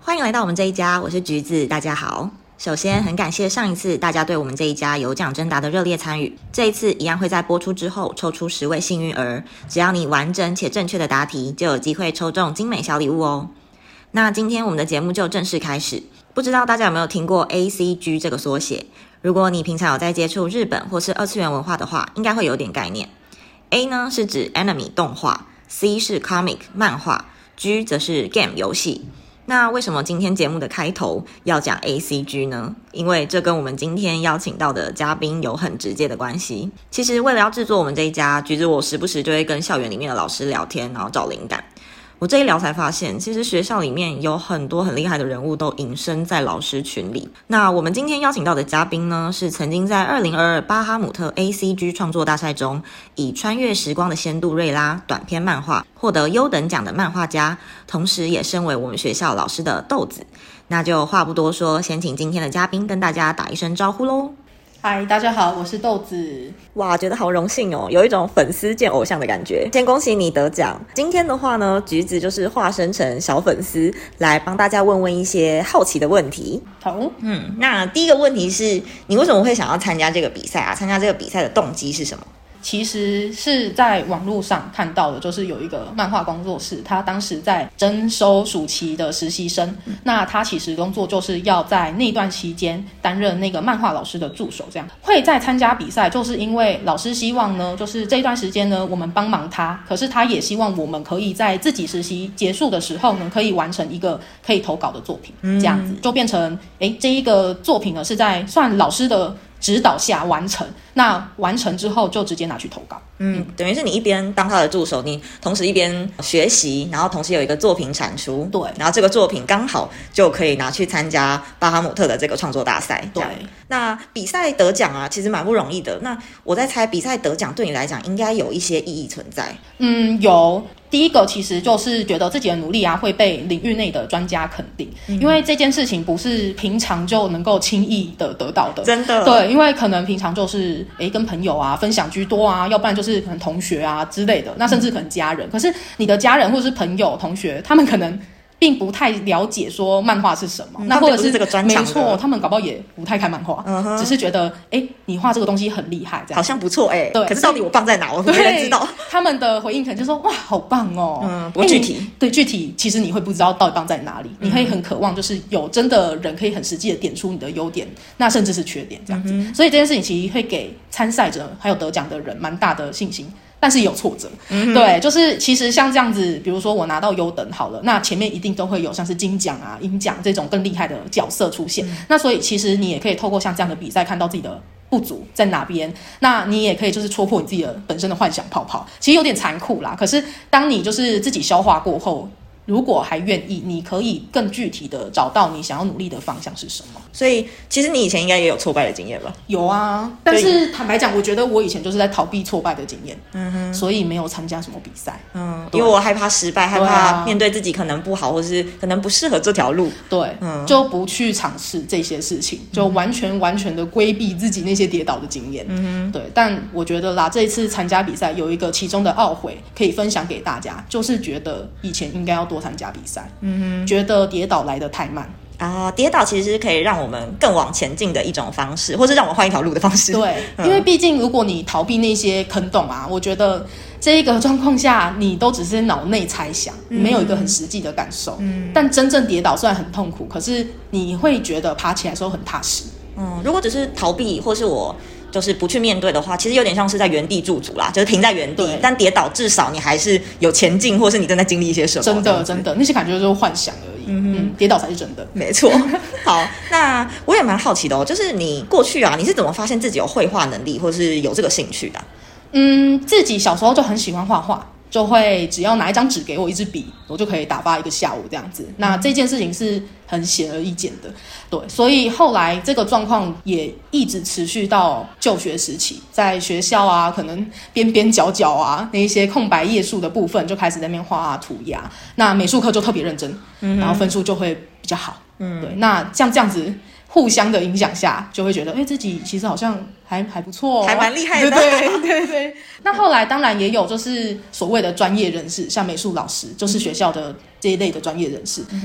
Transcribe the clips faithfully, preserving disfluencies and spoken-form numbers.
欢迎来到我们这一家，我是橘子，大家好。首先很感谢上一次大家对我们这一家有奖征答的热烈参与，这一次一样会在播出之后抽出十位幸运儿，只要你完整且正确的答题，就有机会抽中精美小礼物哦。那今天我们的节目就正式开始，不知道大家有没有听过 A C G 这个缩写？如果你平常有在接触日本或是二次元文化的话，应该会有点概念。A 呢是指 anime 动画， C 是 comic 漫画， G 则是 game 游戏。那为什么今天节目的开头要讲 A C G 呢？因为这跟我们今天邀请到的嘉宾有很直接的关系。其实为了要制作我们这一家，橘子我时不时就会跟校园里面的老师聊天，然后找灵感。我这一聊才发现，其实学校里面有很多很厉害的人物都隐身在老师群里。那我们今天邀请到的嘉宾呢，是曾经在二零二二巴哈姆特 A C G 创作大赛中以穿越时光的仙杜瑞拉短篇漫画获得优等奖的漫画家，同时也身为我们学校老师的豆子。那就话不多说，先请今天的嘉宾跟大家打一声招呼咯。 嗨，大家好，我是豆子。 哇，觉得好荣幸哦，有一种粉丝见偶像的感觉。先恭喜你得奖。今天的话呢，橘子就是化身成小粉丝，来帮大家问问一些好奇的问题。 好， 嗯，那第一个问题是，你为什么会想要参加这个比赛啊？参加这个比赛的动机是什么？ 其实是在网络上看到的，就是有一个漫画工作室，他当时在征收暑期的实习生，嗯、那他其实工作就是要在那段期间担任那个漫画老师的助手，这样会在参加比赛，就是因为老师希望呢，就是这段时间呢，我们帮忙他，可是他也希望我们可以在自己实习结束的时候呢，可以完成一个可以投稿的作品，嗯、这样子就变成，哎，这一个作品呢是在算老师的指导下完成，那完成之后就直接拿去投稿。 嗯，等于是你一边当他的助手，你同时一边学习，然后同时有一个作品产出。 对， 然后这个作品刚好就可以拿去参加巴哈姆特的这个创作大赛。 对， 那比赛得奖啊，其实蛮不容易的。那我在猜，比赛得奖对你来讲应该有一些意义存在。 嗯，有。第一个其实就是觉得自己的努力啊会被领域内的专家肯定，嗯、因为这件事情不是平常就能够轻易的得到的， 真的。 对，因为可能平常就是诶跟朋友啊分享居多啊，要不然就是可能同学啊之类的，那甚至可能家人。嗯、可是你的家人或者是朋友、同学，他们可能并不太了解说漫画是什么，嗯、那或者是这个专长， 没错，他们搞不好也不太看漫画，嗯、只是觉得哎，你画这个东西很厉害，这样好像不错哎。 对， 可是到底我棒在哪？我没人知道。 他们的回应可能就说哇，好棒哦。 嗯，不过具体对具体，其实你会不知道到底棒在哪里。嗯、你可以很渴望，就是有真的人可以很实际的点出你的优点，那甚至是缺点这样子。嗯、所以这件事情其实会给参赛者还有得奖的人蛮大的信心。但是也有挫折，嗯、对，就是其实像这样子，比如说我拿到优等好了，那前面一定都会有像是金奖啊、银奖这种更厉害的角色出现。嗯、那所以其实你也可以透过像这样的比赛，看到自己的不足在哪边。那你也可以就是戳破你自己的本身的幻想泡泡，其实有点残酷啦。可是当你就是自己消化过后，如果还愿意，你可以更具体的找到你想要努力的方向是什么。 所以其实你以前应该也有挫败的经验吧？ 有啊，但是坦白讲，我觉得我以前就是在逃避挫败的经验，嗯哼，所以没有参加什么比赛。嗯， 因为我害怕失败，害怕面对自己可能不好，或是可能不适合这条路。 对，嗯，就不去尝试这些事情，就完全完全的规避自己那些跌倒的经验。嗯哼，对。但我觉得啦，这一次参加比赛有一个其中的懊悔可以分享给大家，就是觉得以前应该要多参加比赛。嗯哼，觉得跌倒来得太慢。 啊、呃，跌倒其实是可以让我们更往前进的一种方式，或是让我们换一条路的方式。 对，嗯、因为毕竟如果你逃避那些坑洞啊，我觉得这一个状况下，你都只是脑内猜想，嗯、没有一个很实际的感受。嗯，但真正跌倒虽然很痛苦，可是你会觉得爬起来的时候很踏实。 嗯，如果只是逃避，或是我就是不去面对的话，其实有点像是在原地驻足啦，就是停在原地。但跌倒至少你还是有前进，或是你正在经历一些什么。 真的，真的，那些感觉就是幻想而已。嗯嗯，跌倒才是真的。 没错。好，那我也蛮好奇的哦，就是你过去啊，你是怎么发现自己有绘画能力，或是有这个兴趣的、啊？ 嗯，自己小时候就很喜欢画画。就会只要拿一张纸给我一支笔，我就可以打发一个下午这样子。那这件事情是很显而易见的，对，所以后来这个状况也一直持续到就学时期，在学校啊，可能边边角角啊，那一些空白页数的部分就开始在那边画啊涂鸦。那美术课就特别认真，嗯、然后分数就会比较好。嗯，对，那像这样子互相的影响下，就会觉得，哎，自己其实好像还还不错、哦， 还蛮厉害的。 对对对对。那后来当然也有就是所谓的专业人士，像美术老师，就是学校的这一类的专业人士。嗯、那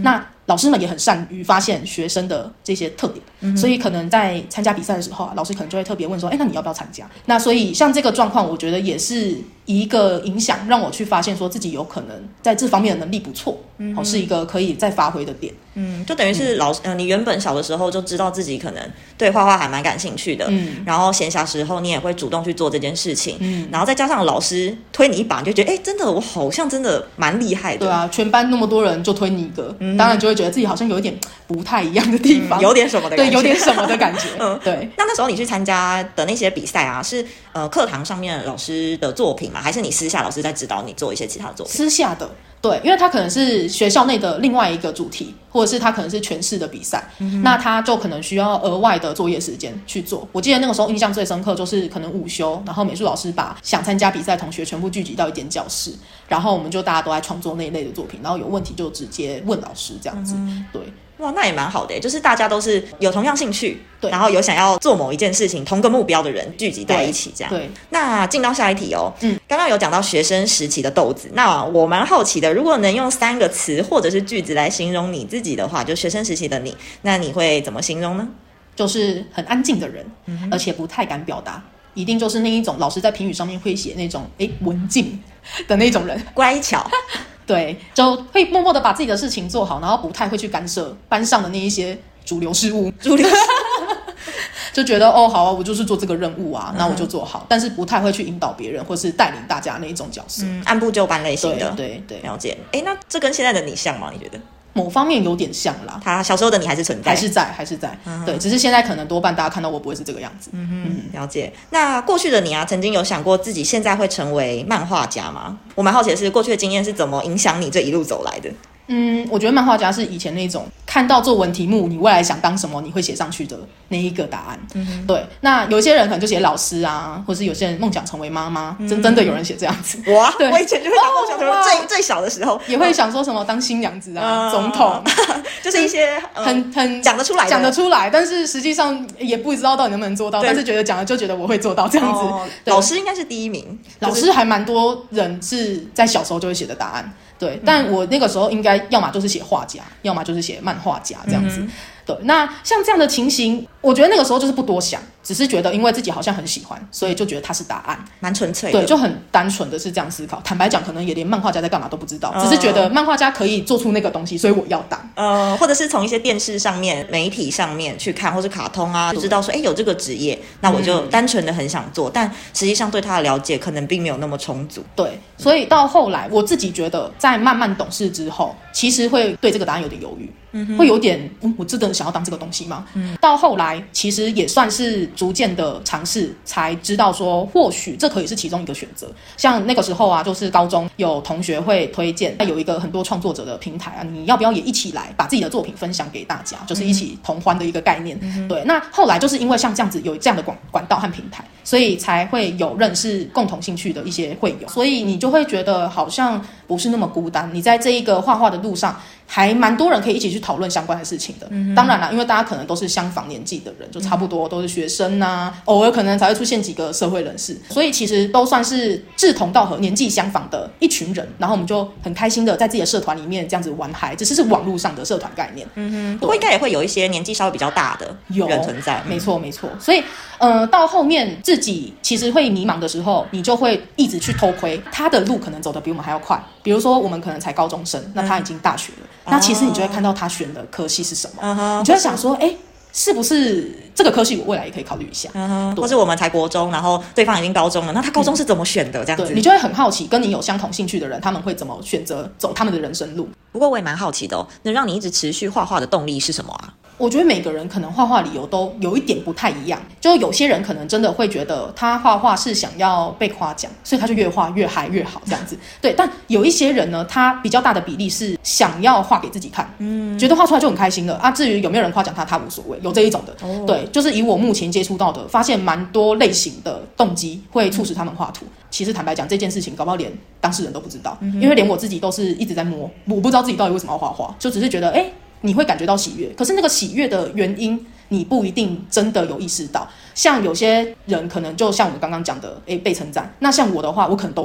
老师们也很善于发现学生的这些特点，嗯、所以可能在参加比赛的时候啊，老师可能就会特别问说，哎，那你要不要参加？那所以像这个状况，我觉得也是一个影响，让我去发现说自己有可能在这方面的能力不错，嗯、哦，是一个可以再发挥的点。 嗯，就等于是老师，嗯、呃，你原本小的时候就知道自己可能对画画还蛮感兴趣的，嗯，然后闲暇时候你也会主动去做这件事情，嗯，然后再加上老师推你一把，你就觉得，哎，真的我好像真的蛮厉害的。 对啊，全班那么多人就推你一个，嗯、当然就会觉得自己好像有一点不太一样的地方， 嗯、有点什么的感觉， 对，有点什么的感觉。嗯，对。 那那时候你去参加的那些比赛啊，是呃课堂上面老师的作品吗？还是你私下老师在指导你做一些其他的作品？ 私下的。对，因为他可能是学校内的另外一个主题，或者是他可能是全市的比赛，嗯、那他就可能需要额外的作业时间去做。我记得那个时候印象最深刻，就是可能午休，然后美术老师把想参加比赛的同学全部聚集到一间教室，然后我们就大家都在创作那一类的作品，然后有问题就直接问老师这样子。嗯、对。 哇，那也蛮好的，就是大家都是有同样兴趣，对，然后有想要做某一件事情、同个目标的人聚集在一起，这样。 对。 那进到下一题哦，嗯，刚刚有讲到学生时期的豆子，那我蛮好奇的，如果能用三个词或者是句子来形容你自己的话，就学生时期的你，那你会怎么形容呢？ 就是很安静的人，嗯、而且不太敢表达，一定就是那一种老师在评语上面会写那种哎文静的那种人， 乖巧。 对，就会默默的把自己的事情做好，然后不太会去干涉班上的那一些主流事务，主流事务就觉得哦好啊，我就是做这个任务啊，那我就做好，嗯、但是不太会去引导别人或是带领大家那一种角色，嗯、 按部就班类型的， 对对对， 了解。哎，那这跟现在的你像吗？你觉得？ 某方面有点像啦， 他小时候的你还是存在， 还是在，还是在，嗯、对，只是现在可能多半大家看到我不会是这个样子。嗯嗯，了解。那过去的你啊，曾经有想过自己现在会成为漫画家吗？我蛮好奇的是，过去的经验是怎么影响你这一路走来的？ 嗯，我觉得漫画家是以前那种看到作文题目，你未来想当什么，你会写上去的那一个答案。嗯、对，那有些人可能就写老师啊，或是有些人梦想成为妈妈，嗯、真真的有人写这样子。 哇，我以前就会想梦想成为最、哦、最小的时候， 也会想说什么当新娘子啊、嗯、总统， 就是一些、呃、 很很讲得出来的， 讲得出来，但是实际上也不知道到底能不能做到，但是觉得讲了就觉得我会做到这样子。哦、 老师应该是第一名， 老师还蛮多人是在小时候就会写的答案。对，但我那个时候应该要么就是写画家，要么就是写漫画家这样子。嗯、对，那像这样的情形，我觉得那个时候就是不多想，只是觉得因为自己好像很喜欢，所以就觉得它是答案， 蛮纯粹的。 对，就很单纯的是这样思考。坦白讲，可能也连漫画家在干嘛都不知道，呃、只是觉得漫画家可以做出那个东西，所以我要当。 呃，或者是从一些电视上面、媒体上面去看，或是卡通啊，就知道说，哎，有这个职业，那我就单纯的很想做，嗯、但实际上对他的了解可能并没有那么充足。 对，所以到后来，我自己觉得在慢慢懂事之后，其实会对这个答案有点犹豫。嗯、会有点、嗯，我真的想要当这个东西吗？嗯，到后来其实也算是逐渐的尝试，才知道说或许这可以是其中一个选择。像那个时候啊，就是高中有同学会推荐，有一个很多创作者的平台啊，你要不要也一起来把自己的作品分享给大家，就是一起同欢的一个概念。嗯、对，那后来就是因为像这样子有这样的管管道和平台，所以才会有认识共同兴趣的一些会友，所以你就会觉得好像不是那么孤单，你在这一个画画的路上。还蛮多人可以一起去讨论相关的事情的。嗯、当然啦，因为大家可能都是相仿年纪的人，就差不多都是学生啊，嗯、偶尔可能才会出现几个社会人士，所以其实都算是志同道合、年纪相仿的一群人。然后我们就很开心的在自己的社团里面这样子玩嗨，只是是网络上的社团概念。嗯哼， 不过应该也会有一些年纪稍微比较大的人存在。 没错没错，所以呃，到后面自己其实会迷茫的时候，你就会一直去偷窥他的路，可能走得比我们还要快。比如说我们可能才高中生，那他已经大学了。嗯那其实你就会看到他选的科系是什么， uh-huh, 你就会想说，哎，是不是这个科系我未来也可以考虑一下？ Uh-huh, 或是我们才国中，然后对方已经高中了，那他高中是怎么选的？嗯、这样子， 对，你就会很好奇，跟你有相同兴趣的人，他们会怎么选择走他们的人生路。 不过我也蛮好奇的哦，能让你一直持续画画的动力是什么啊？ 我觉得每个人可能画画理由都有一点不太一样，就有些人可能真的会觉得他画画是想要被夸奖，所以他就越画越嗨越好这样子。对，但有一些人呢，他比较大的比例是想要画给自己看，嗯，觉得画出来就很开心了啊。至于有没有人夸奖他，他无所谓，有这一种的。哦、对，就是以我目前接触到的，发现蛮多类型的动机会促使他们画图。嗯、其实坦白讲，这件事情搞不好连当事人都不知道，嗯、因为连我自己都是一直在摸，我不知道自己到底为什么要画画，就只是觉得哎。诶你会感觉到喜悦，可是那个喜悦的原因，你不一定真的有意识到。像有些人可能就像我们刚刚讲的，诶，被称赞。那像我的话，我可能都有，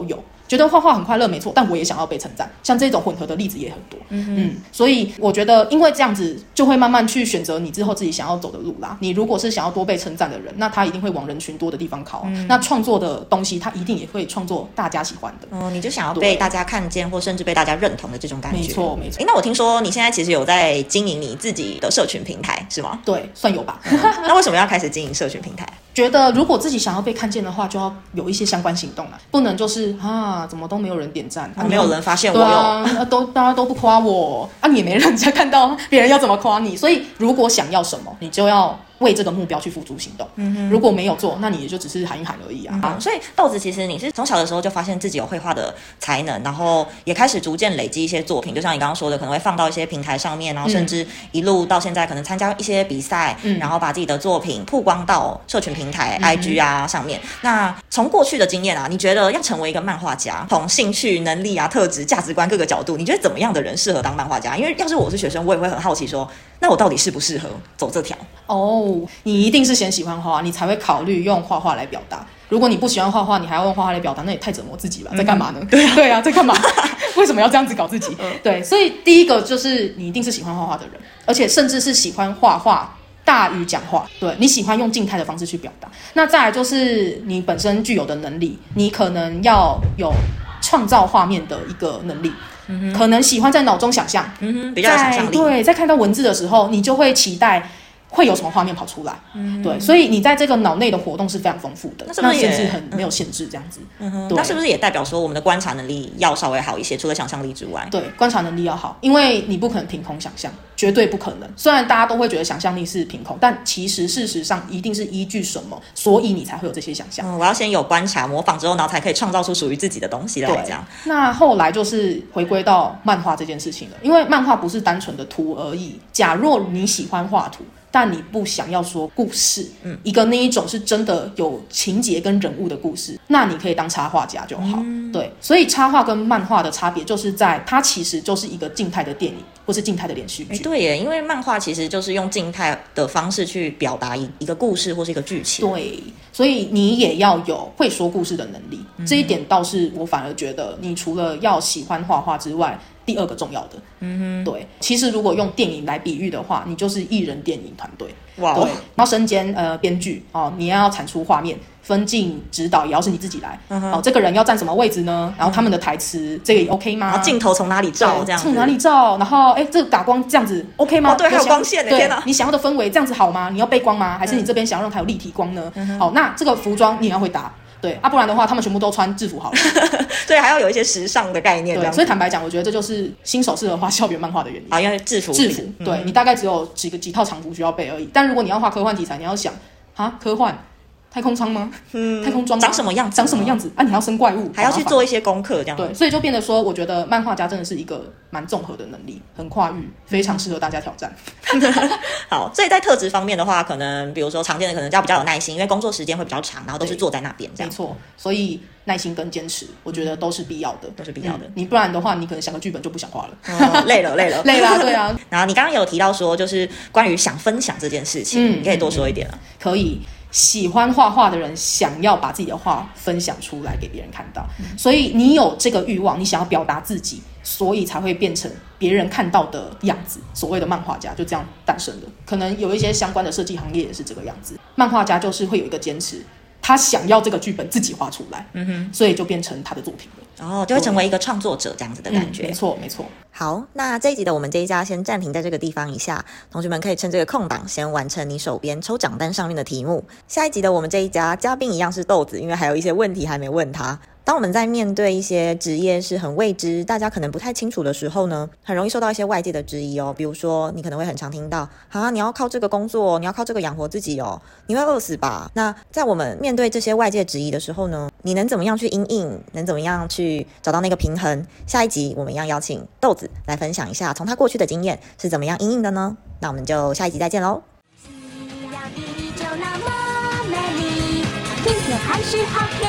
觉得画画很快乐没错，但我也想要被称赞，像这种混合的例子也很多。嗯嗯，所以我觉得因为这样子就会慢慢去选择你之后自己想要走的路啦。你如果是想要多被称赞的人，那他一定会往人群多的地方靠、嗯、那创作的东西他一定也会创作大家喜欢的。 哦，你就想要被大家看见或甚至被大家认同的这种感觉。 没错没错。 那我听说你现在其实有在经营你自己的社群平台是吗？ 对，算有吧、 嗯、那为什么要开始经营社群平台？ 觉得如果自己想要被看见的话，就要有一些相关行动啦，不能就是啊，怎么都没有人点赞、啊， 没有人发现我有， 对啊，都大家都不夸我啊，你也没让人家看到别人要怎么夸你，所以如果想要什么，你就要为这个目标去付诸行动。嗯、如果没有做，那你也就只是喊一喊而已啊。 嗯、所以豆子其实你是从小的时候就发现自己有绘画的才能，然后也开始逐渐累积一些作品，就像你刚刚说的，可能会放到一些平台上面，然后甚至一路到现在可能参加一些比赛、嗯，然后把自己的作品曝光到社群平台、嗯、I G 啊上面。那从过去的经验啊，你觉得要成为一个漫画家，从兴趣、能力啊、特质、价值观各个角度，你觉得怎么样的人适合当漫画家？因为要是我是学生，我也会很好奇说，那我到底适不适合走这条？ 哦，你一定是先喜欢画画，你才会考虑用画画来表达。如果你不喜欢画画，你还要用画画来表达，那也太折磨自己了。在干嘛呢？ 嗯、对啊， 对啊，在干嘛？为什么要这样子搞自己？嗯、对，所以第一个就是你一定是喜欢画画的人，而且甚至是喜欢画画大于讲话。对，你喜欢用静态的方式去表达。那再来就是你本身具有的能力，你可能要有创造画面的一个能力。嗯、可能喜欢在脑中想象， 嗯、比较有想象力。 对，在看到文字的时候，你就会期待会有什么画面跑出来。嗯、对，所以你在这个脑内的活动是非常丰富的， 那是不是也那甚至很没有限制这样子。 嗯、那是不是也代表说我们的观察能力要稍微好一些？除了想象力之外， 对，观察能力要好，因为你不可能凭空想象，绝对不可能。虽然大家都会觉得想象力是凭空，但其实事实上一定是依据什么，所以你才会有这些想象。 嗯、我要先有观察、模仿之后，然后才可以创造出属于自己的东西来讲。 那后来就是回归到漫画这件事情了，因为漫画不是单纯的图而已。假若你喜欢画图，但你不想要说故事，嗯，一个那一种是真的有情节跟人物的故事，那你可以当插画家就好。嗯、对，所以插画跟漫画的差别就是在它其实就是一个静态的电影或是静态的连续剧。 对耶，因为漫画其实就是用静态的方式去表达一一个故事或是一个剧情。 对，所以你也要有会说故事的能力。嗯、这一点倒是我反而觉得，你除了要喜欢画画之外，第二个重要的。嗯哼，对，其实如果用电影来比喻的话，你就是艺人电影团队。哇、wow ，对，然后身兼呃编剧哦，你要产出画面、分镜、指导，也要是你自己来。嗯、哦，这个人要站什么位置呢？然后他们的台词、嗯、这个也 OK 吗？ 然后镜头从哪里照？这样从哪里照？然后哎，这个打光这样子 OK 吗？ 哦，对，还有光线的，天哪！ 你想要的氛围这样子好吗？你要背光吗？还是你这边想要让它有立体光呢？嗯、好，那这个服装你也要会搭。对啊，不然的话，他们全部都穿制服好了。 对，还要有一些时尚的概念。 对，所以坦白讲，我觉得这就是新手适合画校园漫画的原因啊，因为制服， 制服，嗯、对你大概只有几个几套常服需要背而已。但如果你要画科幻题材，你要想啊，科幻。太空舱吗？嗯，太空装长什么样子？ 长什么样子啊？你还要生怪物， 还要去做一些功课，这样对，所以就变得说，我觉得漫画家真的是一个蛮综合的能力，很跨域，非常适合大家挑战。 好，所以在特质方面的话，可能比如说常见的可能要比较有耐心，因为工作时间会比较长，然后都是坐在那边这样。 没错，所以耐心跟坚持，我觉得都是必要的， 都是必要的。 嗯、你不然的话，你可能想个剧本就不想画了， 嗯、累了，累了， 累啦，对啊。 然后你刚刚有提到说，就是关于想分享这件事情，嗯、你可以多说一点了。 可以。喜欢画画的人想要把自己的画分享出来给别人看到，嗯、所以你有这个欲望，你想要表达自己，所以才会变成别人看到的样子。所谓的漫画家就这样诞生的。可能有一些相关的设计行业也是这个样子。漫画家就是会有一个坚持，他想要这个剧本自己画出来，嗯哼，所以就变成他的作品了。 哦，就会成为一个创作者这样子的感觉。 嗯、没错，没错。 好，那这一集的我们这一家先暂停在这个地方一下，同学们可以趁这个空档先完成你手边抽奖单上面的题目。下一集的我们这一家嘉宾一样是豆子，因为还有一些问题还没问他。当我们在面对一些职业是很未知，大家可能不太清楚的时候呢，很容易受到一些外界的质疑哦。比如说，你可能会很常听到，啊，你要靠这个工作，你要靠这个养活自己哦，你会饿死吧？那在我们面对这些外界质疑的时候呢，你能怎么样去因应？能怎么样去找到那个平衡？下一集我们一样邀请豆子来分享一下，从他过去的经验是怎么样因应的呢？那我们就下一集再见喽。 还是好